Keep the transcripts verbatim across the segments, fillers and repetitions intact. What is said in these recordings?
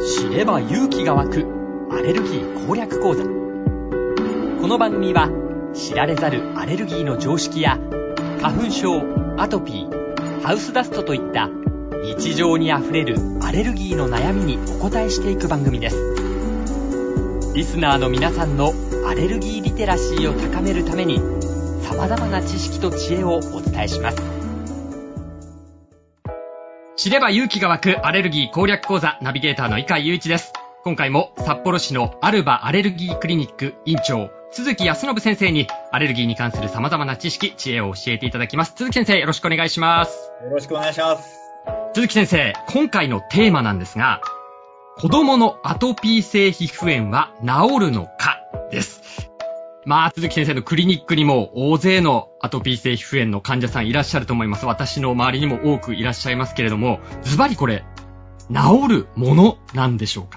知れば勇気が湧くアレルギー攻略講座。この番組は知られざるアレルギーの常識や花粉症、アトピー、ハウスダストといった日常にあふれるアレルギーの悩みにお答えしていく番組です。リスナーの皆さんのアレルギーリテラシーを高めるために様々な知識と知恵をお伝えします。知れば勇気が湧くアレルギー攻略講座、ナビゲーターの井川祐一です。今回も札幌市のアルバアレルギークリニック院長鈴木康信先生にアレルギーに関する様々な知識、知恵を教えていただきます。鈴木先生、よろしくお願いします。 よろしくお願いします。 鈴木先生、今回のテーマなんですが、子供のアトピー性皮膚炎は治るのかです。まあ、鈴木先生のクリニックにも大勢のアトピー性皮膚炎の患者さんいらっしゃると思います。私の周りにも多くいらっしゃいますけれども、ズバリこれ、治るものなんでしょうか？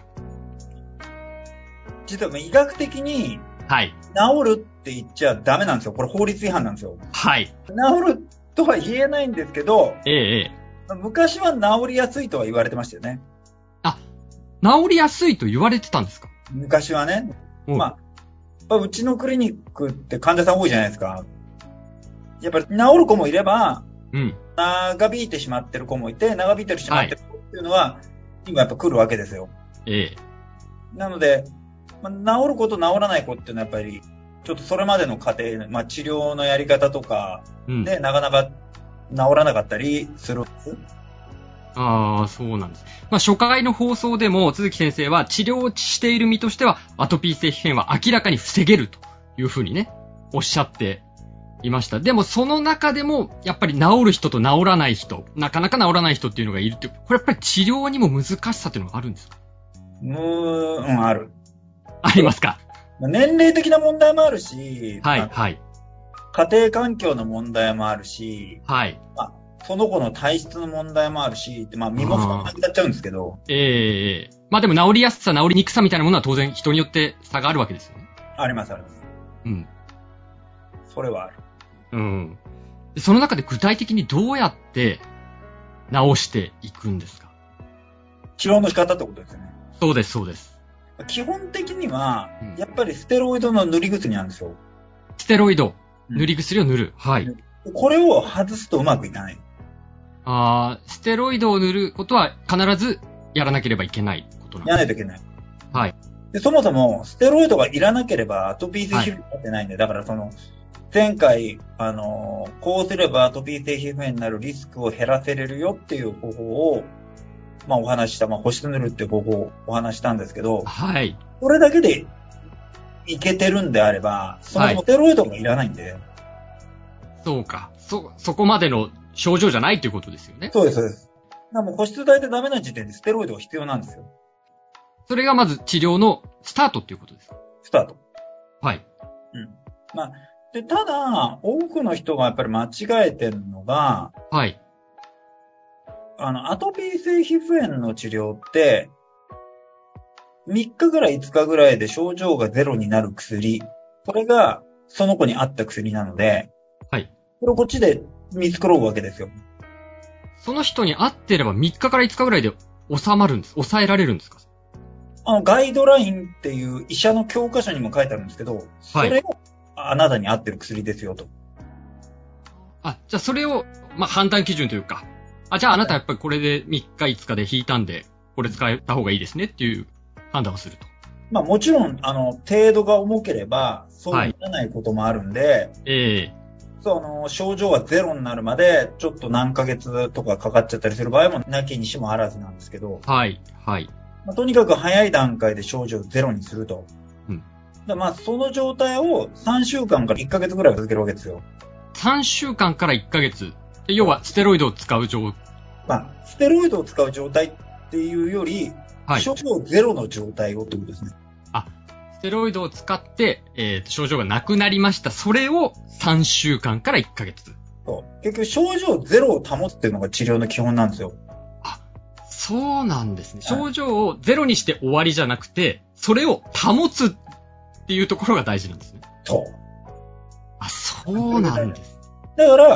実は医学的に、 はい。 治るって言っちゃダメなんですよ。これ法律違反なんですよ。 はい。 治るとは言えないんですけど、 ええ、ええ。 昔は治りやすいとは言われてましたよね。 あ、治りやすいと言われてたんですか？ 昔はね。まあ、うちのクリニックって患者さん多いじゃないですか。やっぱり治る子もいれば、うん、長引いてしまってる子もいて、長引いてしまってる子っていうのは、はい、今やっぱ来るわけですよ。ええ。なので、まあ、治る子と治らない子っていうのはやっぱり、ちょっとそれまでの過程、まあ治療のやり方とかで、うん、なかなか治らなかったりする。 ああ、そうなんです。まあ、初回の放送でも、鈴木先生は治療している身としては、アトピー性皮膚炎は明らかに防げるというふうにね、おっしゃっていました。でも、その中でも、やっぱり治る人と治らない人、なかなか治らない人っていうのがいるって、これやっぱり治療にも難しさっていうのがあるんですか？ うーん、ある。 ありますか？ 年齢的な問題もあるし、 はい、はい。 家庭環境の問題もあるし、 はい。 まあその子の体質の問題もあるし、まあ、身も蓋もなくなっちゃうんですけど。 ええー。まあでも治りやすさ、治りにくさみたいなものは当然人によって差があるわけですよね。 あります、あります。 うん。 それはある。 うん。その中で具体的にどうやって治していくんですか？ 治療の仕方ってことですよね。 そうです、そうです。 基本的には、やっぱりステロイドの塗り薬なんですよ。 ステロイド。塗り薬を塗る。はい。 これを外すとうまくいかない。 ああ、ステロイドを塗ることは必ずやらなければいけないことなんです。 やらないといけない。 はい。 で、そもそも、ステロイドがいらなければアトピー性皮膚炎になってないんで、はい、だからその、前回、あの、こうすればアトピー性皮膚炎になるリスクを減らせれるよっていう方法を、まあお話しした、まあ保湿塗るっていう方法をお話したんですけど、 はい。 これだけでいけてるんであれば、そもそもステロイドがいらないんで。はい、 そうか。そ、そこまでの症状じゃないということですよね。 そうです、そうです。だからもう保湿剤でダメな時点でステロイドが必要なんですよ。 それがまず治療のスタートっていうことですか？ スタート。 はい。 うん。まあ、で、ただ、多くの人がやっぱり間違えてるのが、 はい。 あの、アトピー性皮膚炎の治療って、みっかぐらいいつかぐらいで症状がゼロになる薬。これが、その子に合った薬なので、 はい。 これをこっちで見繕うわけですよ。 その人に合ってればみっかからいつかぐらいで収まるんです。抑えられるんですか？ あの、ガイドラインっていう医者の教科書にも書いてあるんですけど、それをあなたに合ってる薬ですよと。 あ、じゃあそれを、まあ、判断基準というか、あ、じゃああなたやっぱりこれでみっかいつかで引いたんで、これ使えた方がいいですねっていう判断をすると。 まあもちろん、あの、程度が重ければ、そうならないこともあるんで、はい、ええー。そう、あの、症状がゼロになるまで、ちょっと何ヶ月とかかかっちゃったりする場合もなきにしもあらずなんですけど。 はい、はい。 まあ、とにかく早い段階で症状をゼロにすると。うん。でまあ、その状態をさんしゅうかんからいっかげつぐらい続けるわけですよ。 さんしゅうかんからいっかげつ。要は、ステロイドを使う状態。 まあ、ステロイドを使う状態っていうより、はい、症状ゼロの状態をってことですね。 あ、ステロイドを使って、えー、症状がなくなりました。それをさんしゅうかんからいっかげつ。 そう。結局症状ゼロを保つっていうのが治療の基本なんですよ。 あ、そうなんですね。症状をゼロにして終わりじゃなくて、それを保つっていうところが大事なんですね。 そう。 あ、そうなんです。 だから、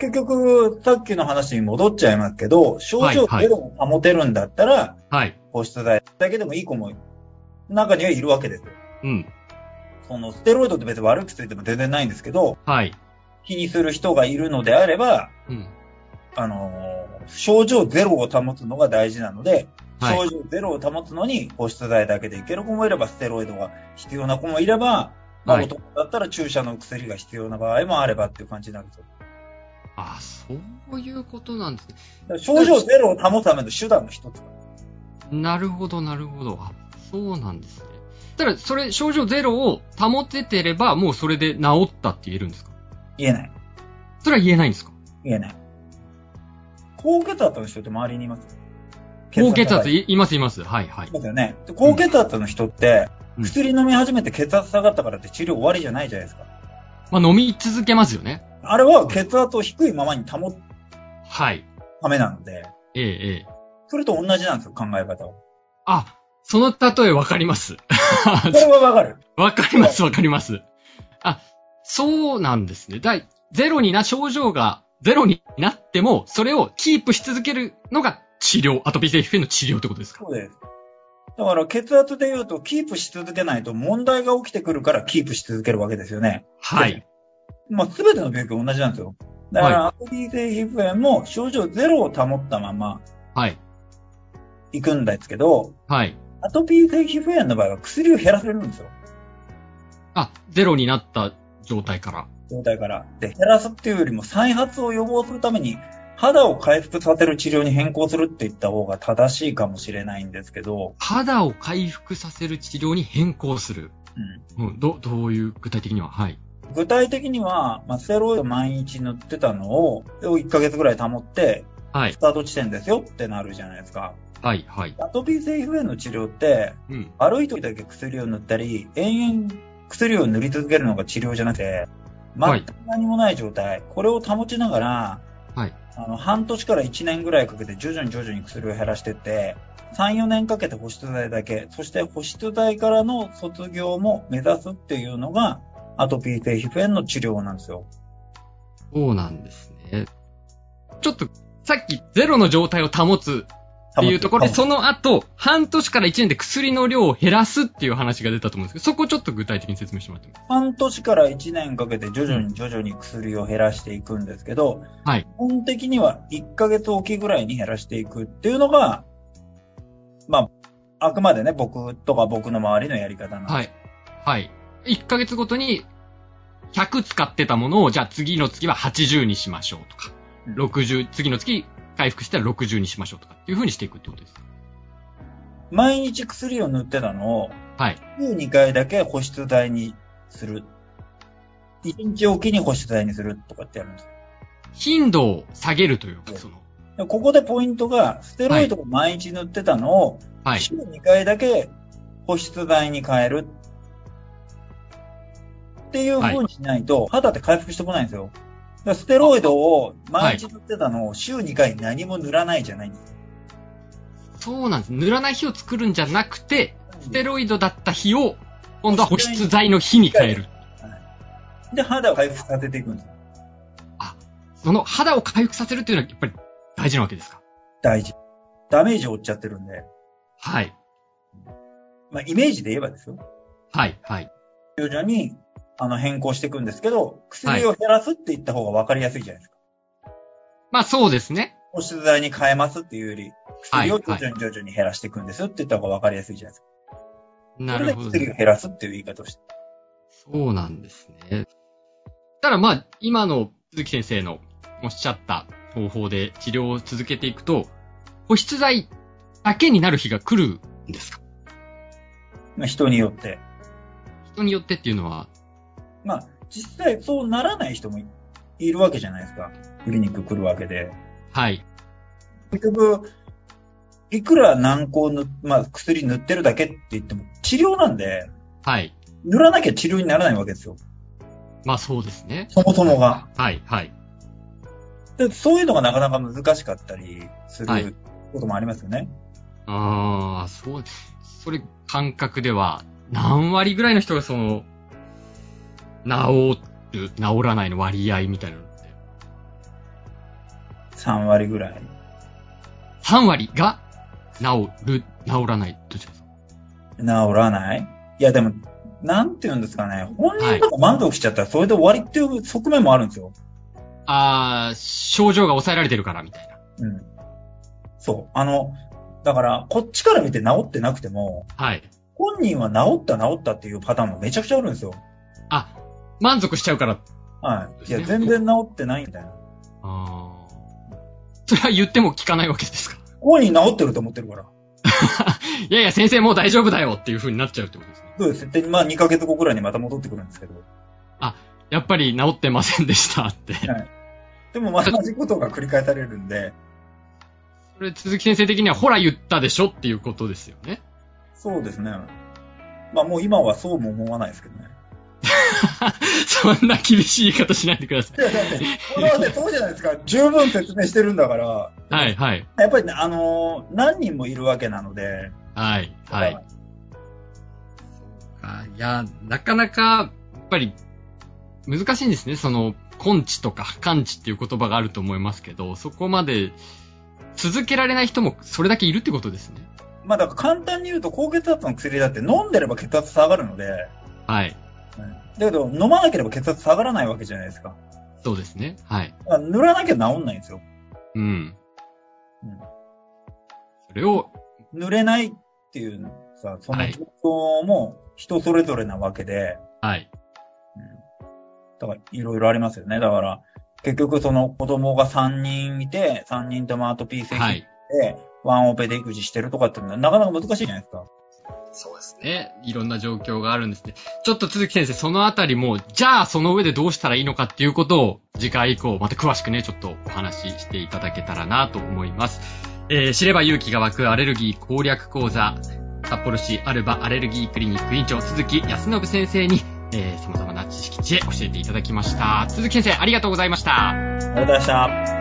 結局、さっきの話に戻っちゃいますけど、症状ゼロを保てるんだったら、はい。保湿剤だけでもいい子も中にはいるわけですよ。うん。その、ステロイドって別に悪くついても全然ないんですけど、はい。気にする人がいるのであれば、うん。あのー、症状ゼロを保つのが大事なので、はい、症状ゼロを保つのに保湿剤だけでいける子もいれば、ステロイドが必要な子もいれば、まあ、はい、男だったら注射の薬が必要な場合もあればっていう感じになるんですよ。 ああ、そういうことなんですね。症状ゼロを保つための手段の一つ。 なるほど、なるほど。あ、そうなんですね。ただ、それ、症状ゼロを保ててれば、もうそれで治ったって言えるんですか？ 言えない。 それは言えないんですか？ 言えない。高血圧の人って周りにいます？ 高血圧い、いますいます。はいはい。 いますよね。高血圧の人って、うん、薬飲み始めて血圧下がったからって治療終わりじゃないじゃないですか。 まあ飲み続けますよね。 あれは血圧を低いままに保つはい。 ためなので。 ええ、ええ。 それと同じなんですよ、考え方は。 あ、その例えわかります。 それはわかる。 わかります、わかります。あ、そうなんですね。だい、ゼロにな、症状がゼロになっても、それをキープし続けるのが治療、アトピー性皮膚炎の治療ってことですか？ そうです。だから血圧で言うと、キープし続けないと問題が起きてくるからキープし続けるわけですよね。 はい。 まあ、すべての病気は同じなんですよ。だから、アトピー性皮膚炎も症状ゼロを保ったまま、はい。行くんですけど、はい。アトピー性皮膚炎の場合は薬を減らせるんですよ。 あ、ゼロになった状態から。 状態から。で、減らすっていうよりも再発を予防するために、肌を回復させる治療に変更するって言った方が正しいかもしれないんですけど。 肌を回復させる治療に変更する。うん。うん、ど、どういう具体的には？はい。 具体的には、まあ、ステロイド毎日塗ってたのを、いっかげつぐらい保って、はい。スタート地点ですよってなるじゃないですか。 はい、はい。 アトピー性皮膚炎の治療って、うん。悪い時だけ薬を塗ったり、延々薬を塗り続けるのが治療じゃなくて、全く何もない状態、はい、これを保ちながら、はい。あの、半年からいちねんぐらいかけて徐々に徐々に薬を減らしていって、さん、よねんかけて保湿剤だけ、そして保湿剤からの卒業も目指すっていうのが、アトピー性皮膚炎の治療なんですよ。 そうなんですね。ちょっと、さっきゼロの状態を保つっていうところで、その後、半年からいちねんで薬の量を減らすっていう話が出たと思うんですけど、そこをちょっと具体的に説明してもらってもいいですか？ 半年からいちねんかけて徐々に徐々に薬を減らしていくんですけど、はい。基本的にはいっかげつおきぐらいに減らしていくっていうのが、まあ、あくまでね、僕とか僕の周りのやり方なんです。 はい。はい。いっかげつごとにひゃく使ってたものを、じゃあ次の月ははちじゅうにしましょうとか、ろくじゅう、次の月回復したらろくじゅうにしましょうとかっていう風にしていくってことですか？ 毎日薬を塗ってたのを、はい。週にかいだけ保湿剤にする。いちにちおきに保湿剤にするとかってやるんです。 頻度を下げるというか、その。ここでポイントが、ステロイドを毎日塗ってたのを、はい。週にかいだけ保湿剤に変える。っていう風にしないと、肌って回復してこないんですよ。だからステロイドを毎日塗ってたのを週にかい何も塗らないじゃないんです。 そうなんです。塗らない日を作るんじゃなくて、ステロイドだった日を、今度は保湿剤の日に変える。 で、肌を回復させていくんです。 あ、その肌を回復させるっていうのはやっぱり大事なわけですか？ 大事。ダメージを負っちゃってるんで。 はい。 まあ、イメージで言えばですよ。 はい、はい。 徐々に、あの、変更していくんですけど、薬を減らすって言った方が分かりやすいじゃないですか。はい、 まあそうですね。 保湿剤に変えますっていうより、薬を徐々に徐々に減らしていくんですよって言った方が分かりやすいじゃないですか。 なるほど、ね。 それで薬を減らすっていう言い方をして。 そうなんですね。ただまあ、今の鈴木先生のおっしゃった方法で治療を続けていくと、保湿剤だけになる日が来るんですか？ まあ人によって。 人によってっていうのは、 まあ、実際そうならない人も い, いるわけじゃないですか。クリニック来るわけで。 はい。 結局、いくら軟膏塗、まあ、薬塗ってるだけって言っても治療なんで、 はい。 塗らなきゃ治療にならないわけですよ。 まあそうですね。 そもそもが。 はい、はい。 でそういうのがなかなか難しかったりすることもありますよね。はい、 ああ、そう、それ感覚では何割ぐらいの人がその、治る、治らないの割合みたいなのってさんわりぐらい。 さんわりが治る、治らない、どちらですか？ 治らない？いやでも、なんて言うんですかね。本人が満足しちゃったらそれで終わりっていう側面もあるんですよ。 あー、症状が抑えられてるからみたいな。 うん。そう。あの、だから、こっちから見て治ってなくても、 はい。 本人は治った治ったっていうパターンもめちゃくちゃあるんですよ。 あ、満足しちゃうから。 はい。いや、全然治ってないみたいな。 あー。それは言っても聞かないわけですか？ 本人治ってると思ってるから。 いやいや、先生もう大丈夫だよっていう風になっちゃうってことですね。 そうです。で、まあにかげつごくらいにまた戻ってくるんですけど。 あ、やっぱり治ってませんでしたって。はい。 でもまた同じことが繰り返されるんで。 それ、鈴木先生的にはほら言ったでしょっていうことですよね。 そうですね。まあもう今はそうも思わないですけどね。 そんな厳しい言い方しないでください。 いや、だって、これはね、そうじゃないですか。十分説明してるんだから。 はいはい。 やっぱりね、あのー、何人もいるわけなので。 はいはい。そうか。いや、なかなか、やっぱり、難しいんですね。その、根治とか完治っていう言葉があると思いますけど、そこまで続けられない人もそれだけいるってことですね。 まあだから簡単に言うと高血圧の薬だって飲んでれば血圧下がるので。 はい。 だけど飲まなければ血圧下がらないわけじゃないですか。 そうですね。はい。 塗らなきゃ治んないんですよ。 うん。うん。それを。 塗れないっていうさ、その状況も人それぞれなわけで。 はい。 だから、いろいろありますよね。だから、結局その子供がさんにんいて、さんにんともアトピー性皮で、ワンオペで育児してるとかってのはなかなか難しいじゃないですか。 そうですね。いろんな状況があるんですね。ちょっと鈴木先生、そのあたりも、じゃあその上でどうしたらいいのかっていうことを、次回以降、また詳しくね、ちょっとお話ししていただけたらなと思います。えー、知れば勇気が湧くアレルギー攻略講座、札幌市アルバアレルギークリニック院長、鈴木康信先生に、えー、様々な知識知恵教えていただきました。鈴木先生、ありがとうございました。 ありがとうございました。